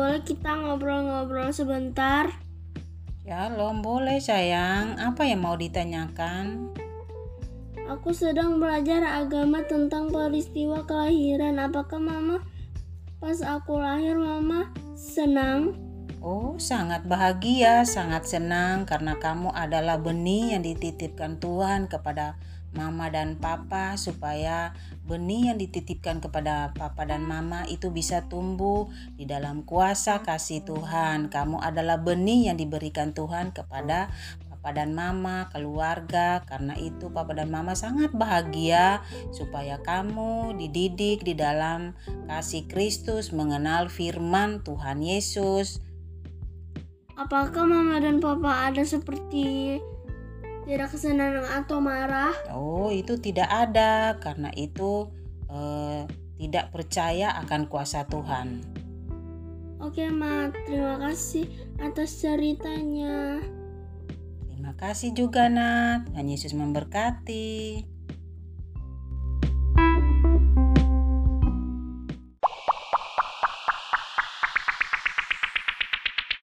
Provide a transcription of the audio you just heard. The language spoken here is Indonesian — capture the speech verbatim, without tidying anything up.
boleh kita ngobrol-ngobrol sebentar? Shalom, boleh sayang. Apa yang mau ditanyakan? Aku sedang belajar agama tentang peristiwa kelahiran. Apakah mama pas aku lahir mama senang? Oh, sangat bahagia, sangat senang karena kamu adalah benih yang dititipkan Tuhan kepada Mama dan Papa, supaya benih yang dititipkan kepada Papa dan Mama itu bisa tumbuh di dalam kuasa kasih Tuhan. Kamu adalah benih yang diberikan Tuhan kepada Papa dan Mama, keluarga. Karena itu Papa dan Mama sangat bahagia supaya kamu dididik di dalam kasih Kristus, mengenal firman Tuhan Yesus. Apakah mama dan papa ada seperti tidak senang atau marah? Oh, itu tidak ada, karena itu eh, tidak percaya akan kuasa Tuhan. Oke, Ma, terima kasih atas ceritanya. Terima kasih juga, Nat. Tuhan Yesus memberkati.